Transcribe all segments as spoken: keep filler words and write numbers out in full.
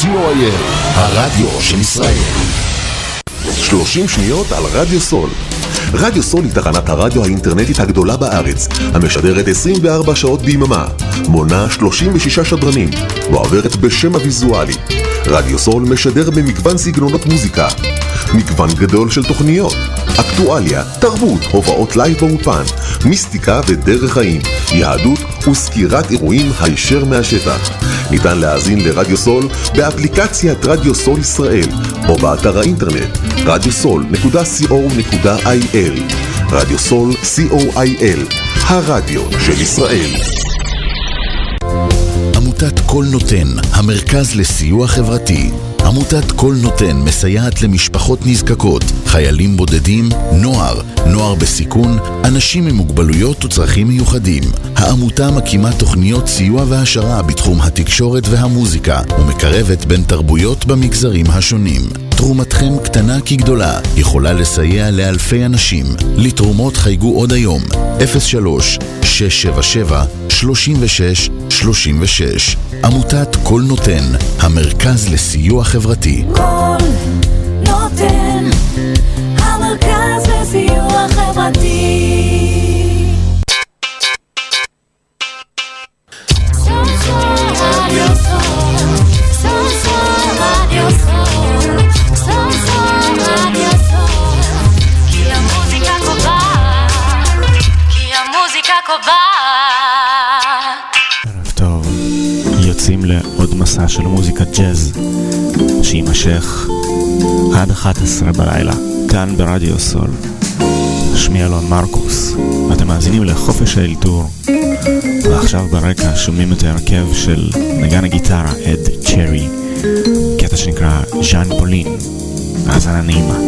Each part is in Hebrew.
סי או איי אל, הרדיו של ישראל. שלושים שניות על רדיו סול. רדיו סול היא תחנת הרדיו האינטרנטית הגדולה בארץ, המשדרת עשרים וארבע שעות ביממה, מונה שלושים ושישה שדרנים, ועוברת בשם הוויזואלי. רדיו סול משדר במגוון סגנונות מוזיקה, מגוון גדול של תוכניות, אקטואליה, תרבות, הופעות לייב באופן, מיסטיקה ודרך חיים, יהדות וסקירת אירועים הישר מהשטח. ניתן להאזין לרדיו סול באפליקציית רדיו סול ישראל או באתר האינטרנט רדיו סול נקודה סי או נקודה איי אל. רדיו סול סי או איי אל, הרדיו של ישראל. עמותת כל נותן, המרכז לסיוע חברתי. עמותת כל נותן מסייעת למשפחות נזקקות, חיילים בודדים, נוער, נוער בסיכון, אנשים עם מוגבלויות וצרכים מיוחדים. העמותה מקימה תוכניות סיוע והשרה בתחום התקשורת והמוזיקה ומקרבת בין תרבויות במגזרים השונים. תרומתכם קטנה כגדולה, יכולה לסייע לאלפי אנשים. לתרומות חייגו עוד היום אפס שלוש שש שבע שבע שלושים ושש שלושים ושש. עמותת כל נותן, המרכז לסיוע חברתי. כל נותן, המרכז לסיוע חברתי. ערב טוב, יוצאים לעוד מסע של מוזיקת ג'אז שימשך עד אחת עשרה בלילה כאן ברדיו סול. שמי אלון מרקוס ואתם מאזינים לחופש האלתור, ועכשיו ברקע שומעים את ההרכב של נגן הגיטרה אד צ'רי, קטע שנקרא ז'אן פולין. האזנה נעימה.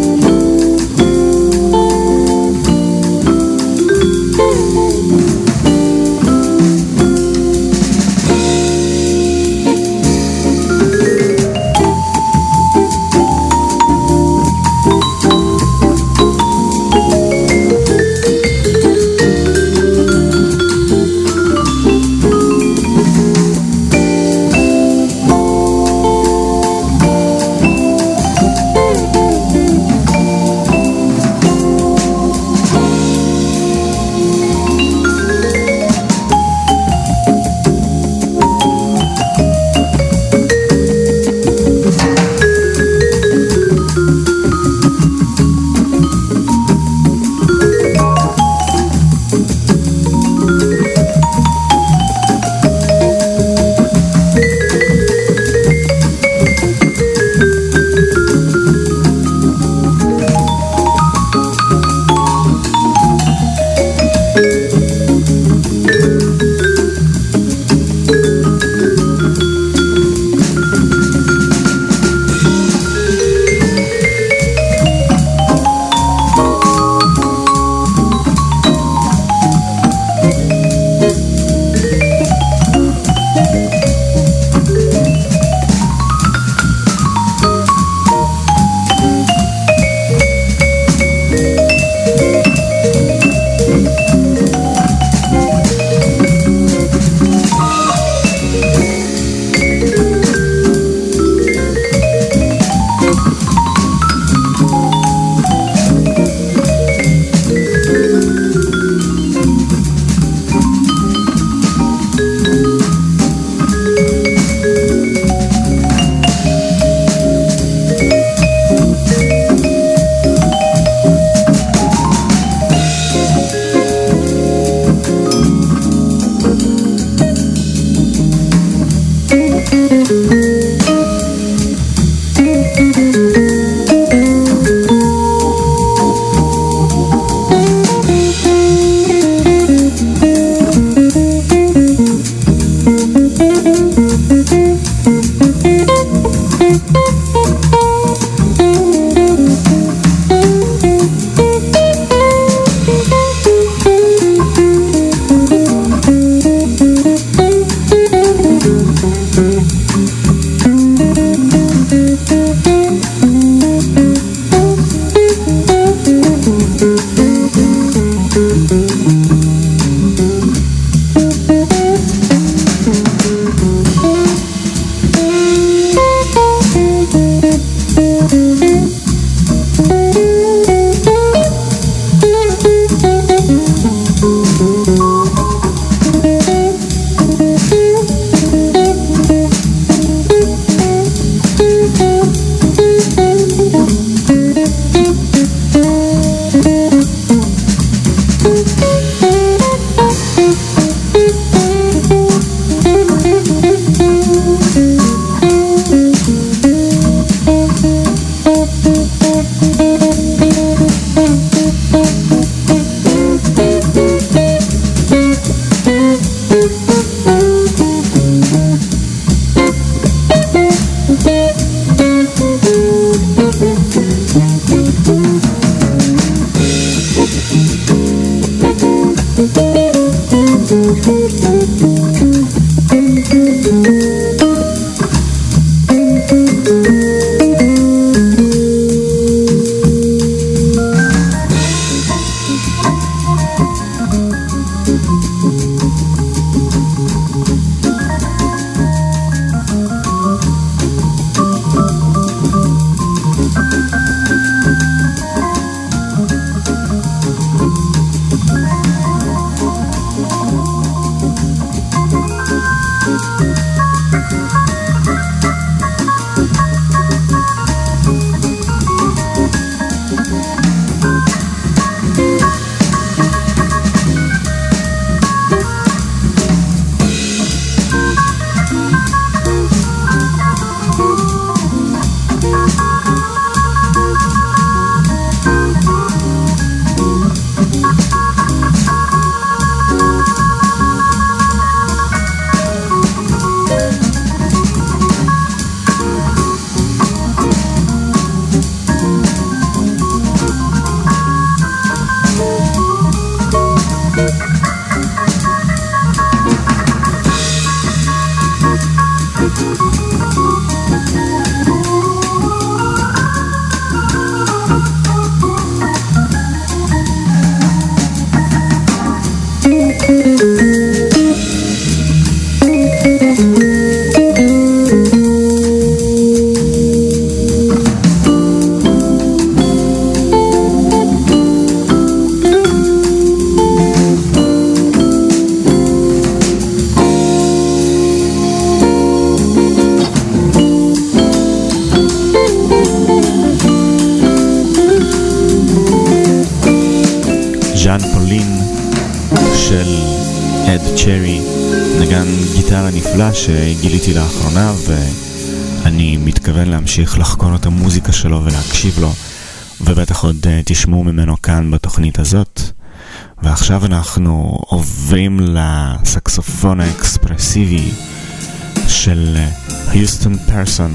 נפלא שגיליתי לאחרונה, ואני מתכוון להמשיך לחקור את המוזיקה שלו ולהקשיב לו, ובטח עוד תשמעו ממנו כאן בתוכנית הזאת. ועכשיו אנחנו עוברים לסקסופון האקספרסיבי של היוסטון פרסון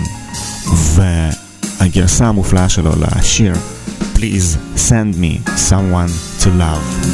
והגרסה המופלאה שלו לשיר Please Send Me Someone to Love.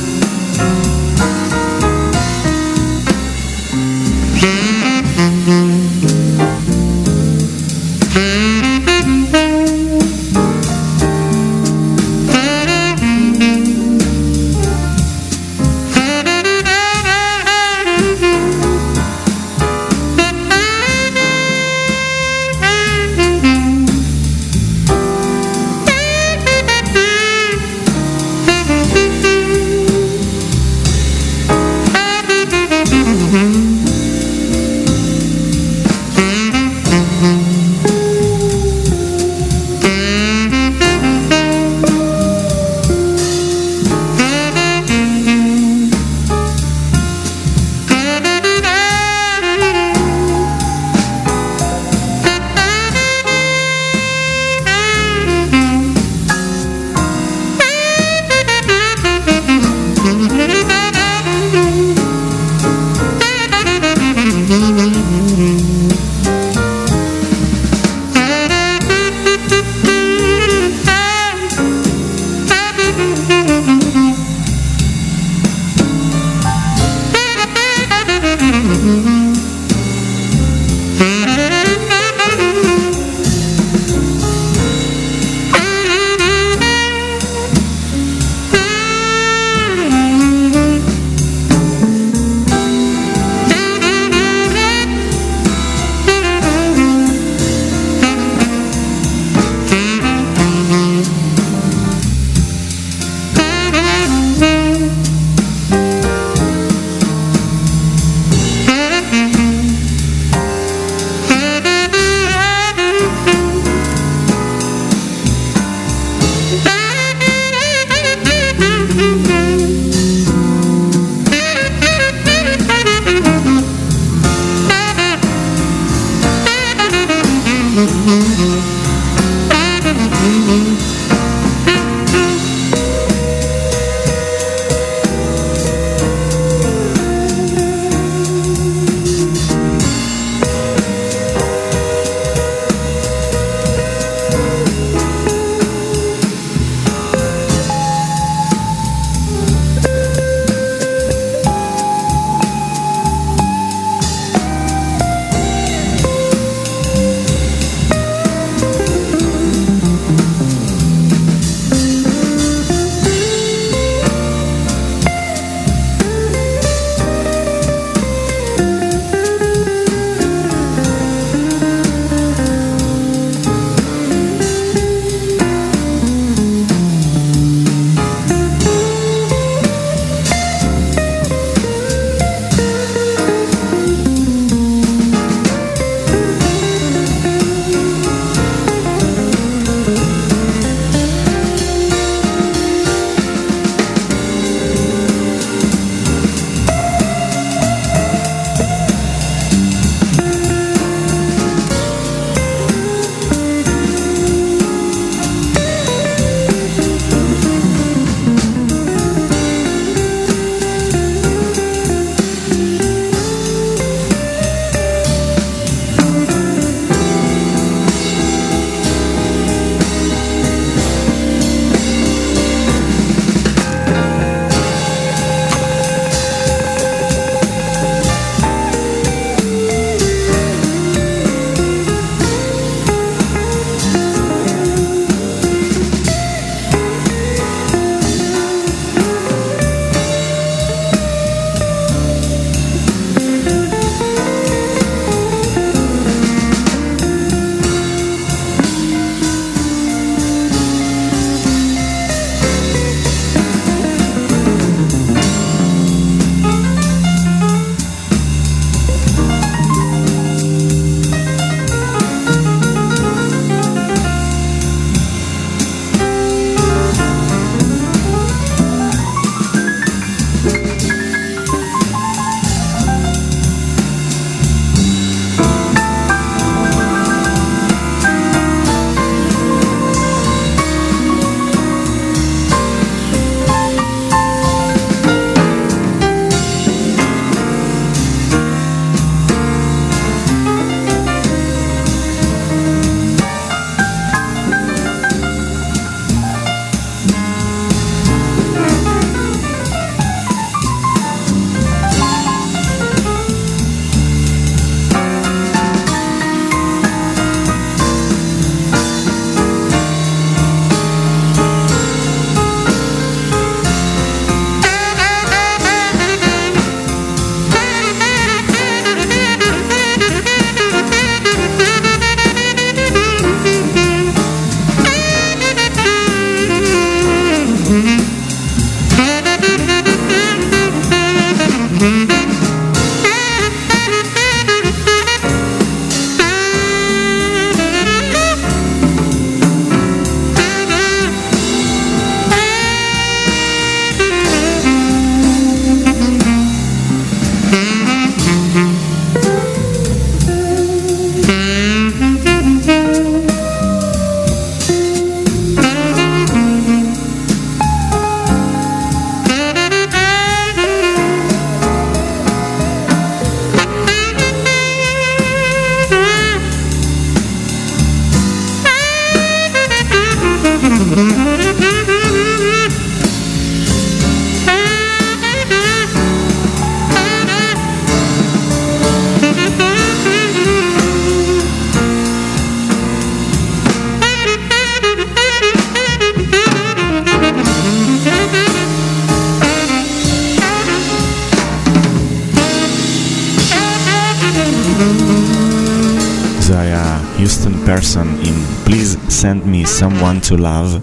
זה היה Houston Person עם Please Send Me Someone to Love,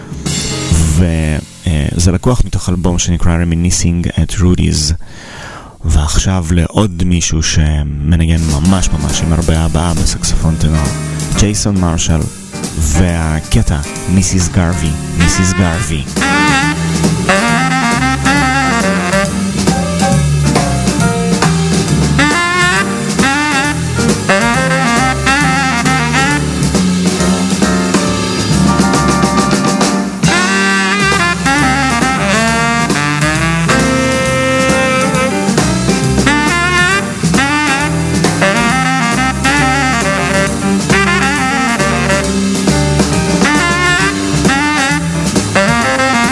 וזה לקוח מתוך אלבום שנקרא Reminiscing at Rudy's. ועכשיו לעוד מישהו שמנגן ממש ממש עם הרבה הבאה בסקסופון טנור, ג'ייסון מרשל, והקטע מיסיס גארווי, מיסיס גארווי. Bye.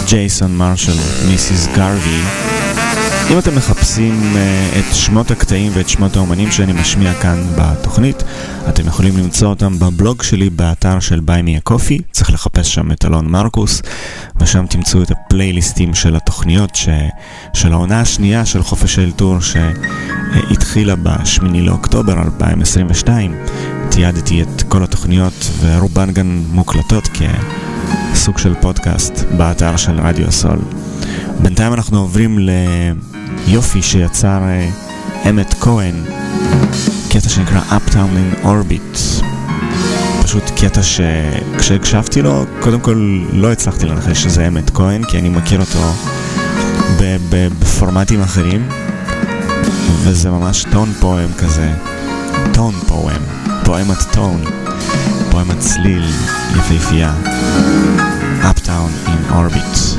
ג'ייסון מרשל, מיסיס גרווי. אם אתם מחפשים uh, את שמות הקטעים ואת שמות האומנים שאני משמיע כאן בתוכנית, אתם יכולים למצוא אותם בבלוג שלי באתר של Buy Me a Coffee. צריך לחפש שם את אלון מרקוס, ושם תמצאו את הפלייליסטים של התוכניות ש... של העונה השנייה של חופש האלתור שהתחילה בשמיני לאוקטובר אלפיים עשרים ושתיים. תיעדתי את כל התוכניות ורובן גם מוקלטות כסוג של פודקאסט באתר של רדיו סול. בינתיים אנחנו עוברים ליופי שיצר אמת כהן, קטע שנקרא Uptown in Orbit. פשוט קטע שכשהקשבתי לו, קודם כל לא הצלחתי לנחש שזה אמת כהן, כי אני מכיר אותו בפורמטים אחרים, וזה ממש טון פואם כזה, טון פואם, פואמת טון, פואמת צליל יפהפייה. Uptown in Orbit.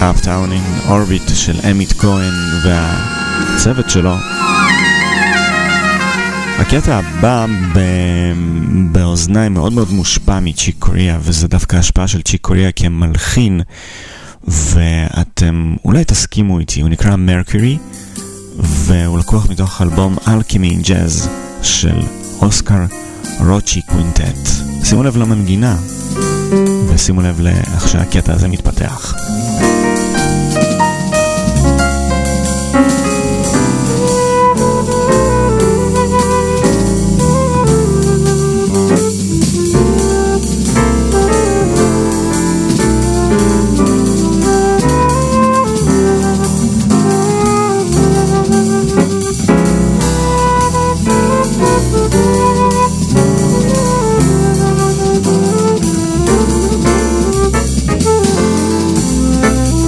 Uptown in Orbit של אמית כהן והצוות שלו. הקטע הבא באוזניים מאוד מאוד מושפע מצ'יק קוריאה, וזה דווקא השפעה של צ'יק קוריאה כמלחין, ואתם אולי תסכימו איתי. הוא נקרא Mercury, והוא לקוח מתוך אלבום Alchemy in Jazz של אוסקר רוצ'י קווינטט. שימו לב למנגינה ושימו לב לאיך שהקטע הזה מתפתח. Thank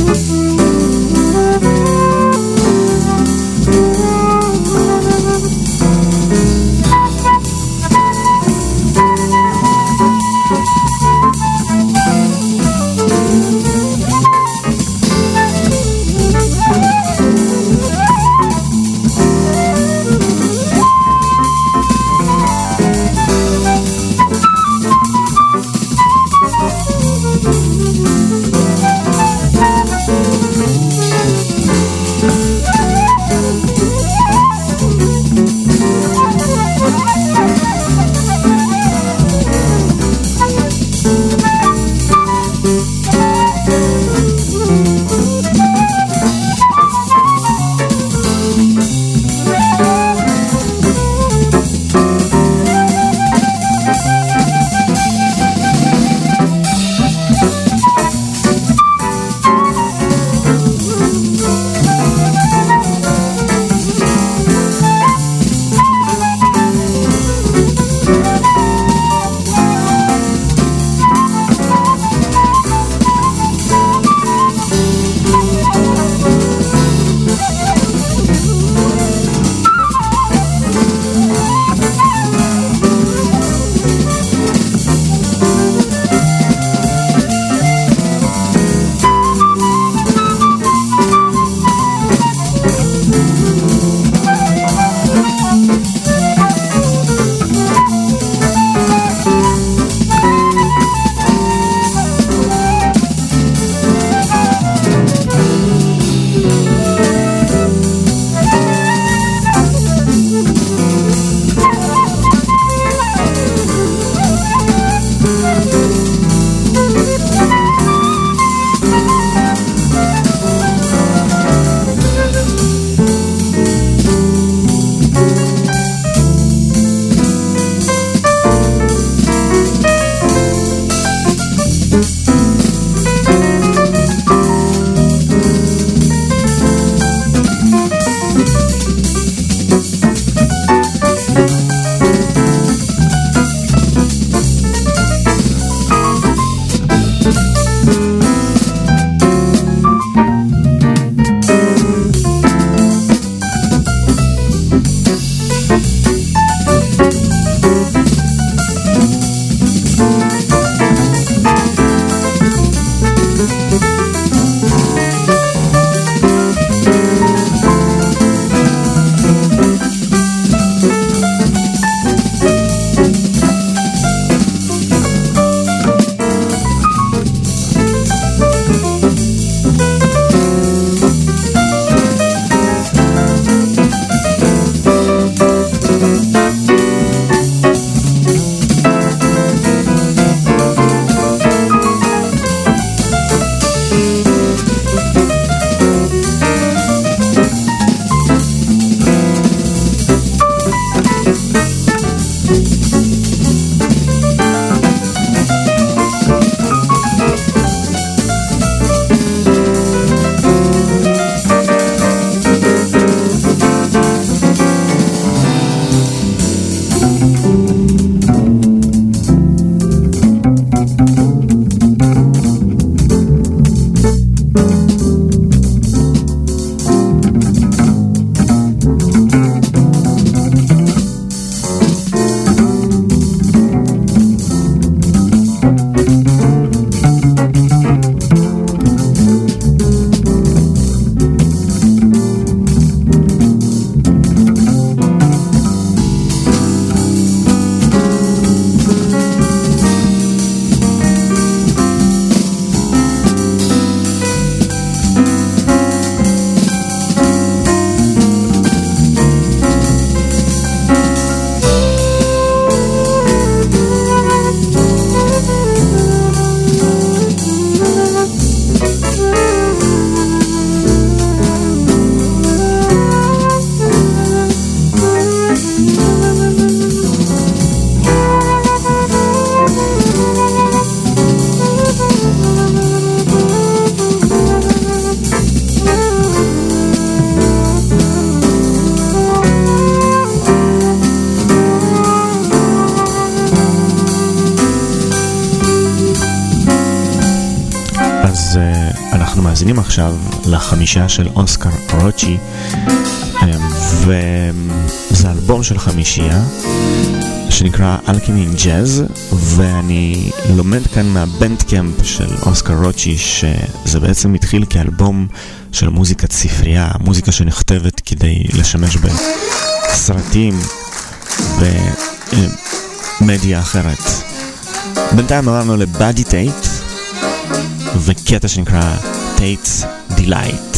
מאזינים עכשיו לחמישה של אוסקר רוצ'י, וזה אלבום של חמישייה שנקרא Alchemy in Jazz, ואני לומד כאן מהבנדקאמפ של אוסקר רוצ'י שזה בעצם התחיל כאלבום של מוזיקת ספרייה, מוזיקה שנכתבת כדי לשמש בסרטים ומדיה אחרת. בינתיים עברנו לבאדי טייט וקטע שנקרא Tate's Delight.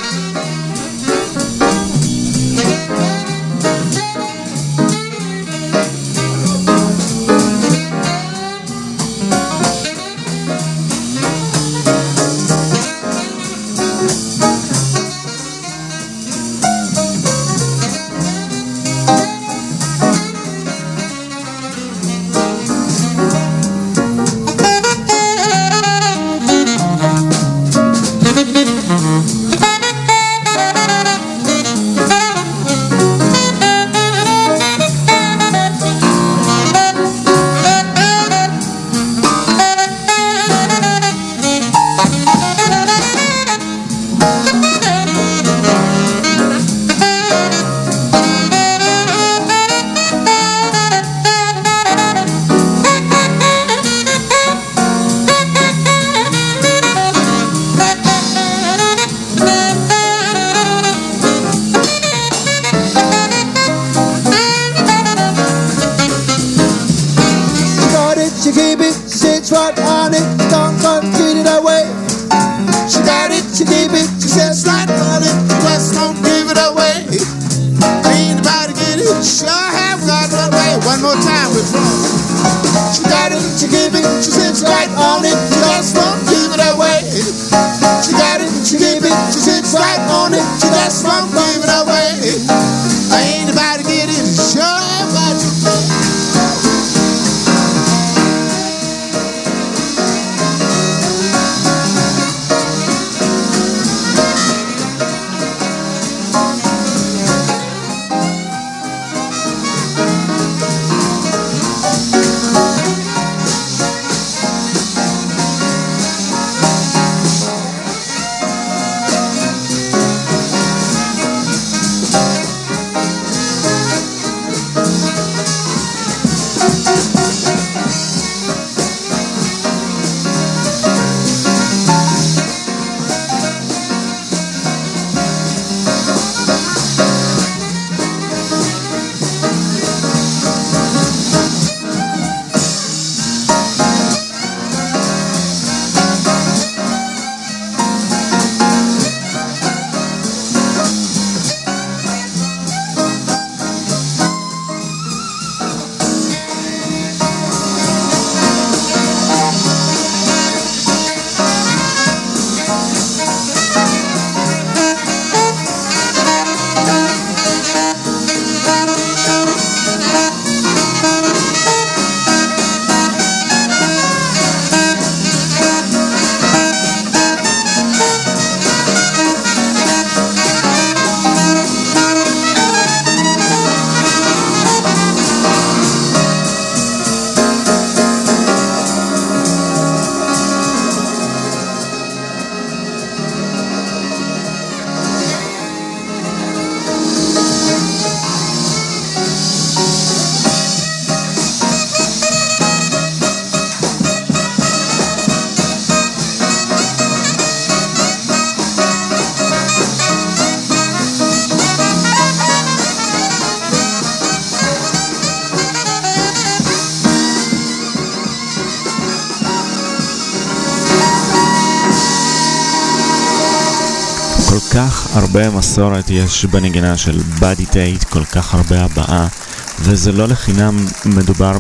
כך הרבה מסורת יש בנגינה של באדי טייט, כל כך הרבה הבאה, וזה לא לחינם מדובר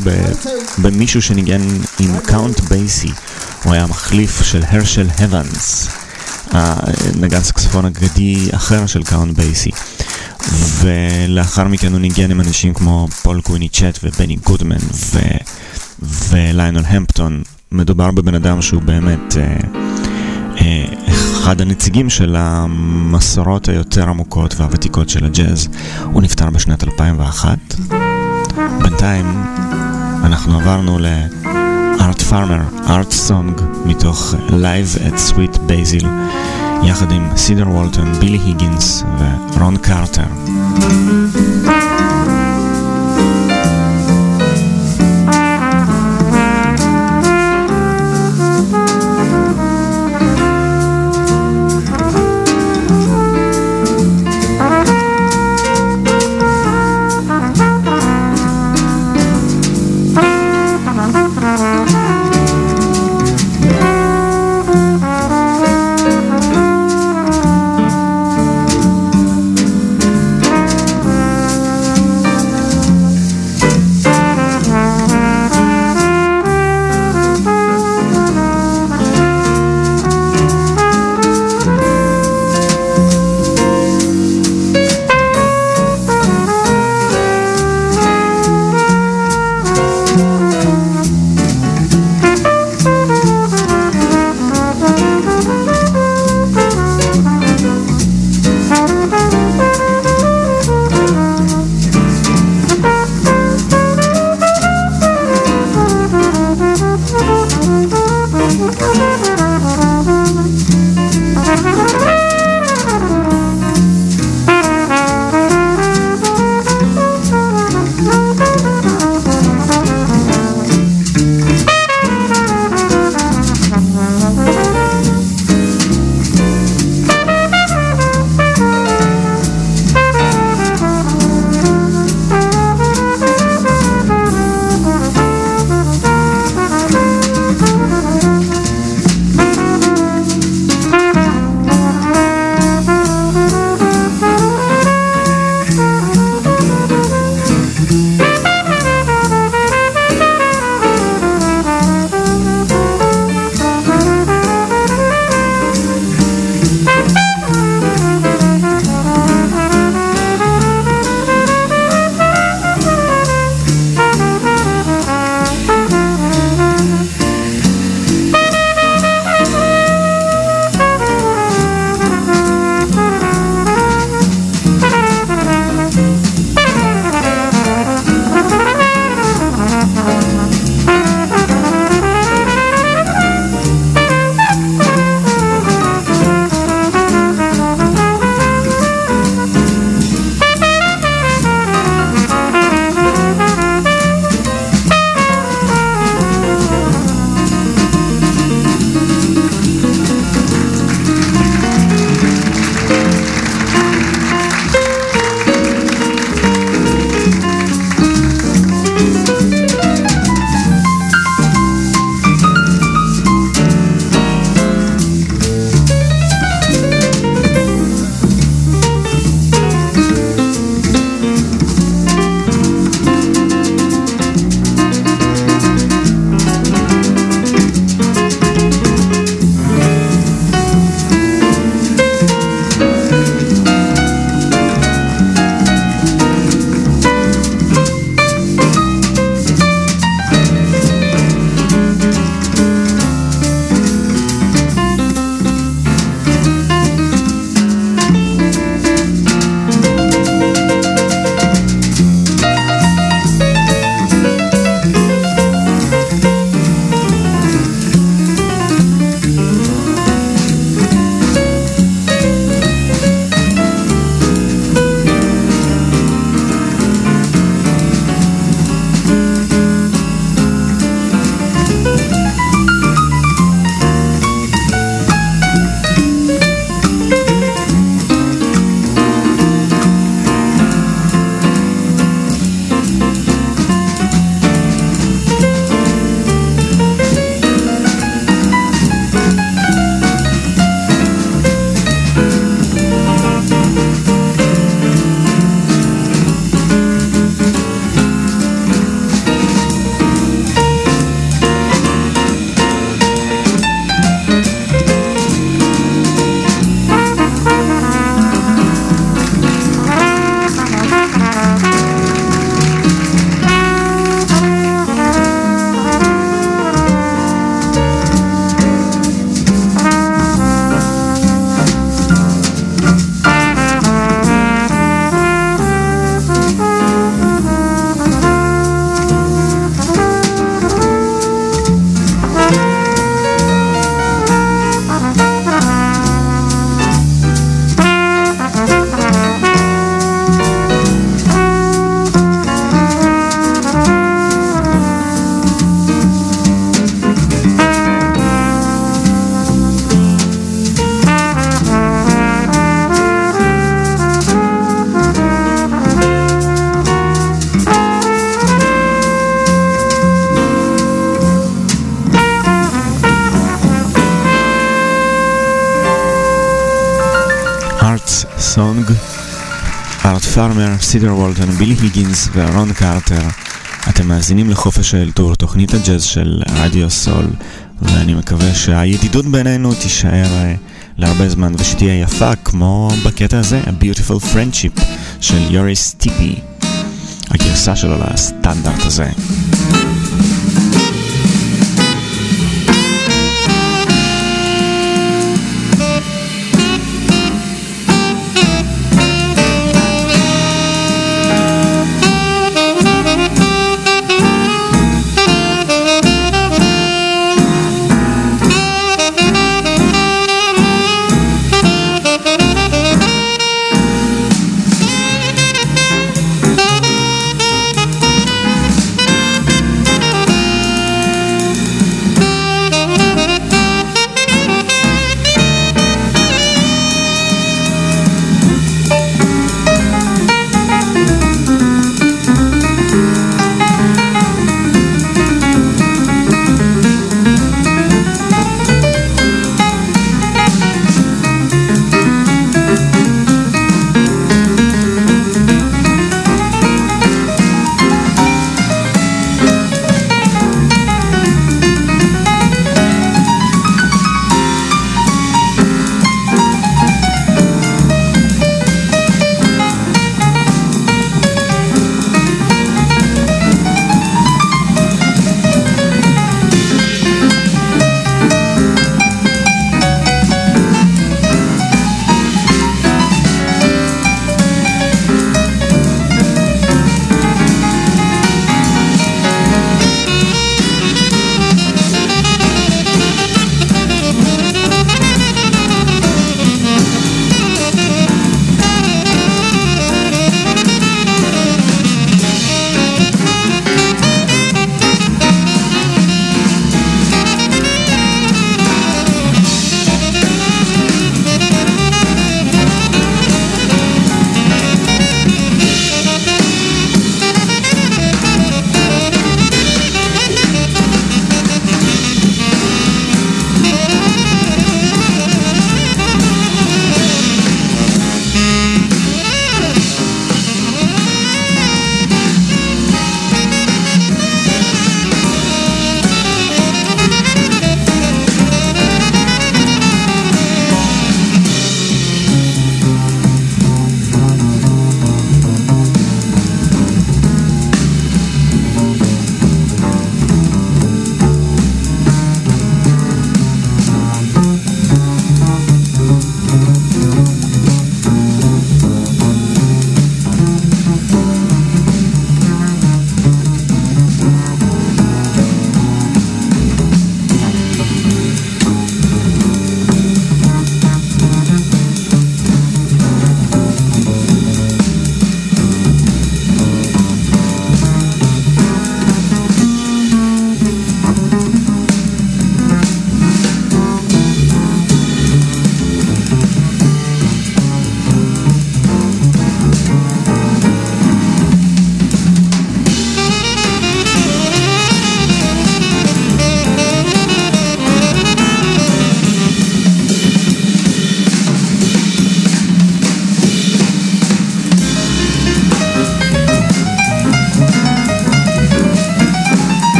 במישהו שניגן עם קאונט בייסי. הוא היה מחליף של הרשל הבנס, נגן סקסופון אגדי אחר של קאונט בייסי, ולאחר מכן הוא ניגן עם אנשים כמו פול קוויניצ'ט ובני גודמן ו... וליינול המפטון. מדובר בבן אדם שהוא באמת אה, אה, אחד הנציגים של המסורות היותר עמוקות והוותיקות של הג'אז. הוא נפטר בשנת אלפיים ואחת. בינתיים אנחנו עברנו לארט פארמר, ארט סונג מתוך Live at Sweet Basil, יחד עם סידר וולטון, בילי היגינס ורון קארטר. ארט פארמר, סידר וולטון, בילי היגינס ורון קרטר. אתם מאזינים לחופש האלתור, תוכנית הג'אז של רדיו סול, ואני מקווה שהידידות בינינו תישאר להרבה זמן ושתהיה יפה, כמו בקטע הזה, A Beautiful Friendship של יוריס טיפי, הגרסה שלו לסטנדרט הזה.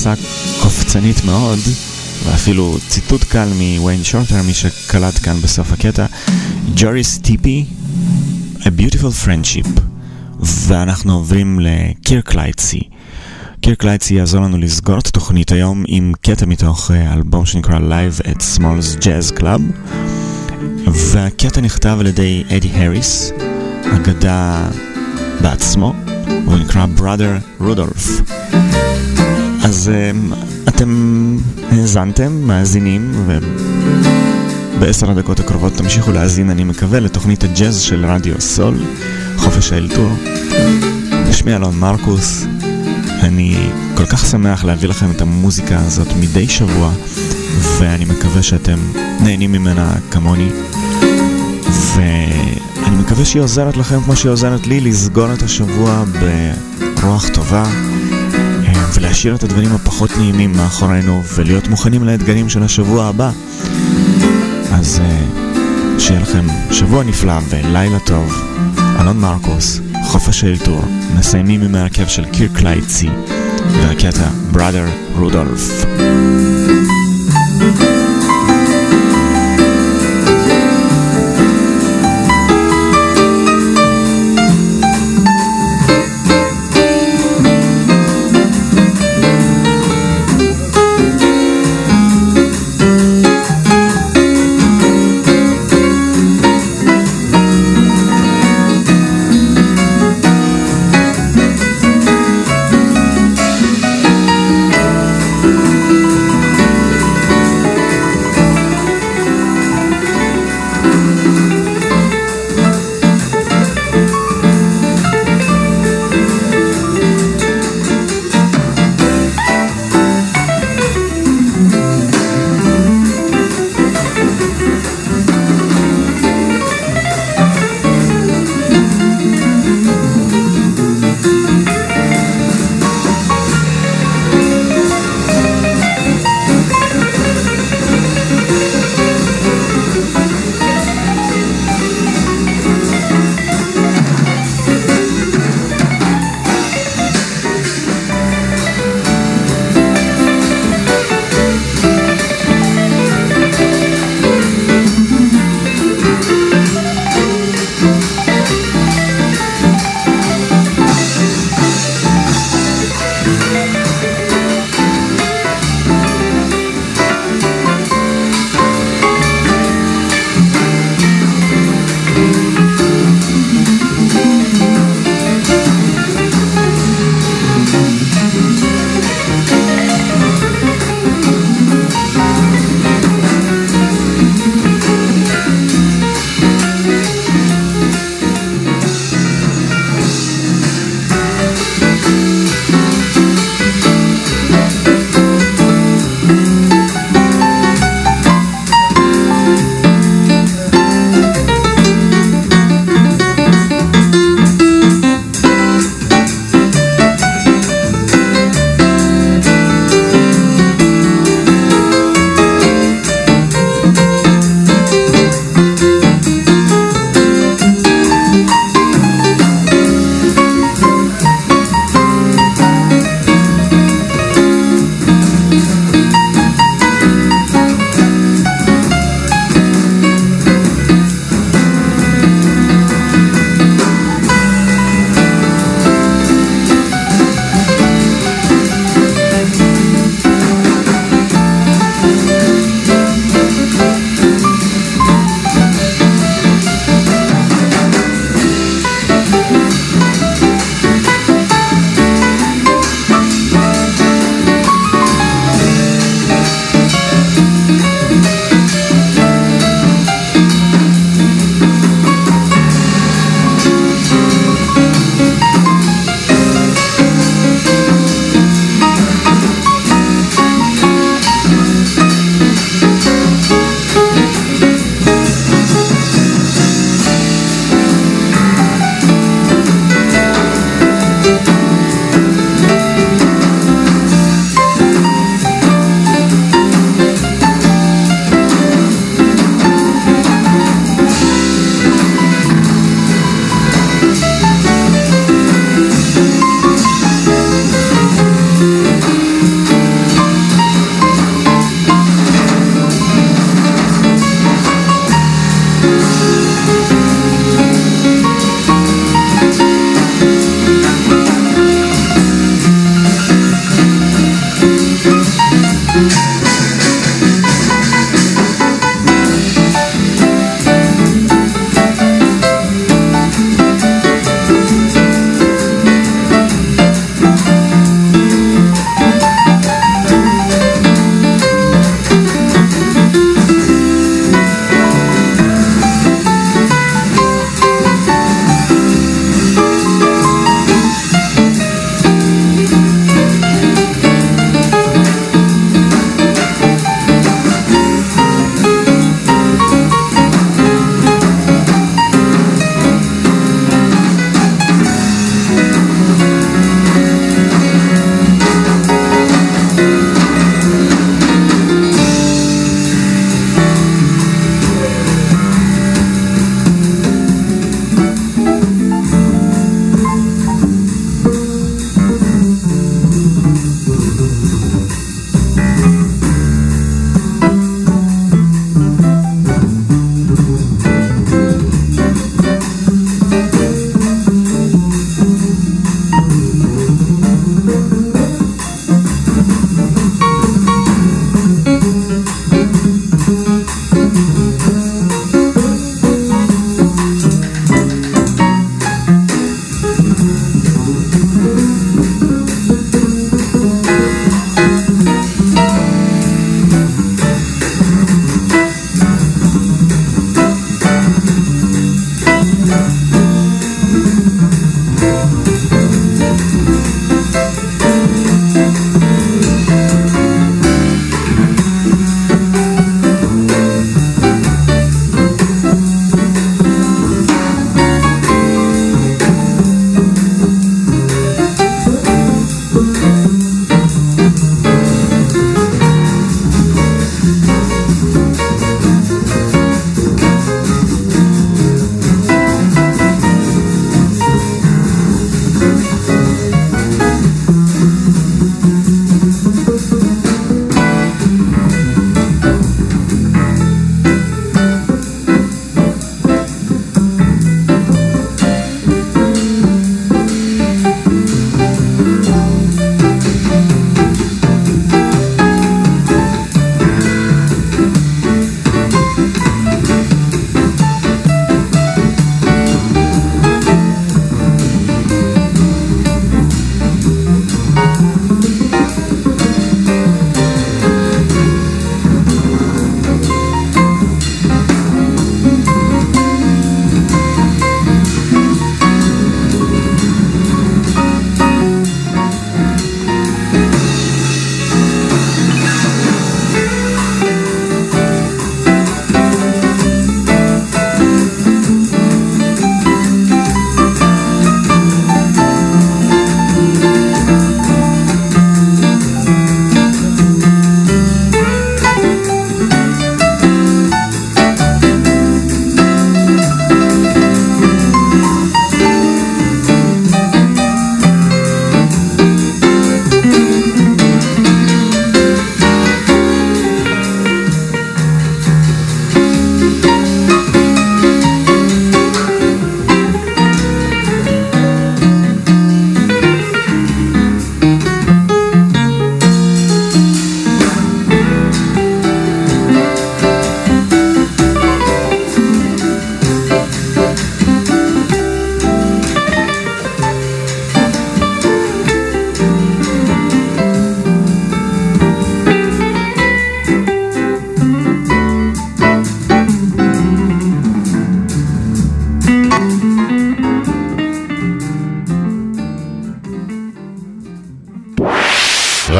גרסה קופצנית מאוד, ואפילו ציטוט קל מוויין שורטר, מי שקלט כאן בסוף הקטע, ג'וריס טיפי, A Beautiful Friendship. ואנחנו עוברים לקירק לייטסי. קירק לייטסי יעזור לנו לסגור את התוכנית היום עם קטע מתוך אלבום שנקרא Live at Smalls Jazz Club, והקטע נכתב על ידי אדי הריס, אגדה בעצמו, והוא נקרא Brother Rudolph. אז אתם האזנתם, מאזינים, ובעשר הדקות הקרובות תמשיכו להאזין, אני מקווה, לתוכנית הג'אז של רדיו סול, חופש האלתור. שמי אלון מרקוס, אני כל כך שמח להביא לכם את המוזיקה הזאת מדי שבוע, ואני מקווה שאתם נהנים ממנה כמוני, ואני מקווה שהיא עוזרת לכם כמו שהיא עוזרת לי לסגור את השבוע ברוח טובה, ולהשאיר את הדברים הפחות נעימים מאחורינו ולהיות מוכנים לאתגרים של השבוע הבא. אז שיהיה לכם שבוע נפלא ולילה טוב. אלון מרקוס, חופש האלתור, מסיימים עם ההרכב של קירק לייטסי והקטע Brother Rudolph. Thank you.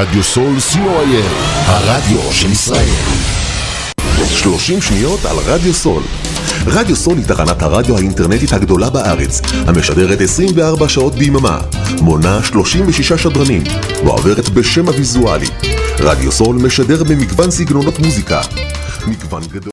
רדיו סול סי או איי אל, הרדיו של ישראל. שלושים שניות על רדיו סול. רדיו סול היא תחנת הרדיו האינטרנטית הגדולה בארץ, המשדרת עשרים וארבע שעות ביממה, מונה שלושים ושישה שדרנים, ועוברת בשם הוויזואלי. רדיו סול משדר במגוון סגנונות מוזיקה. מגוון גדול.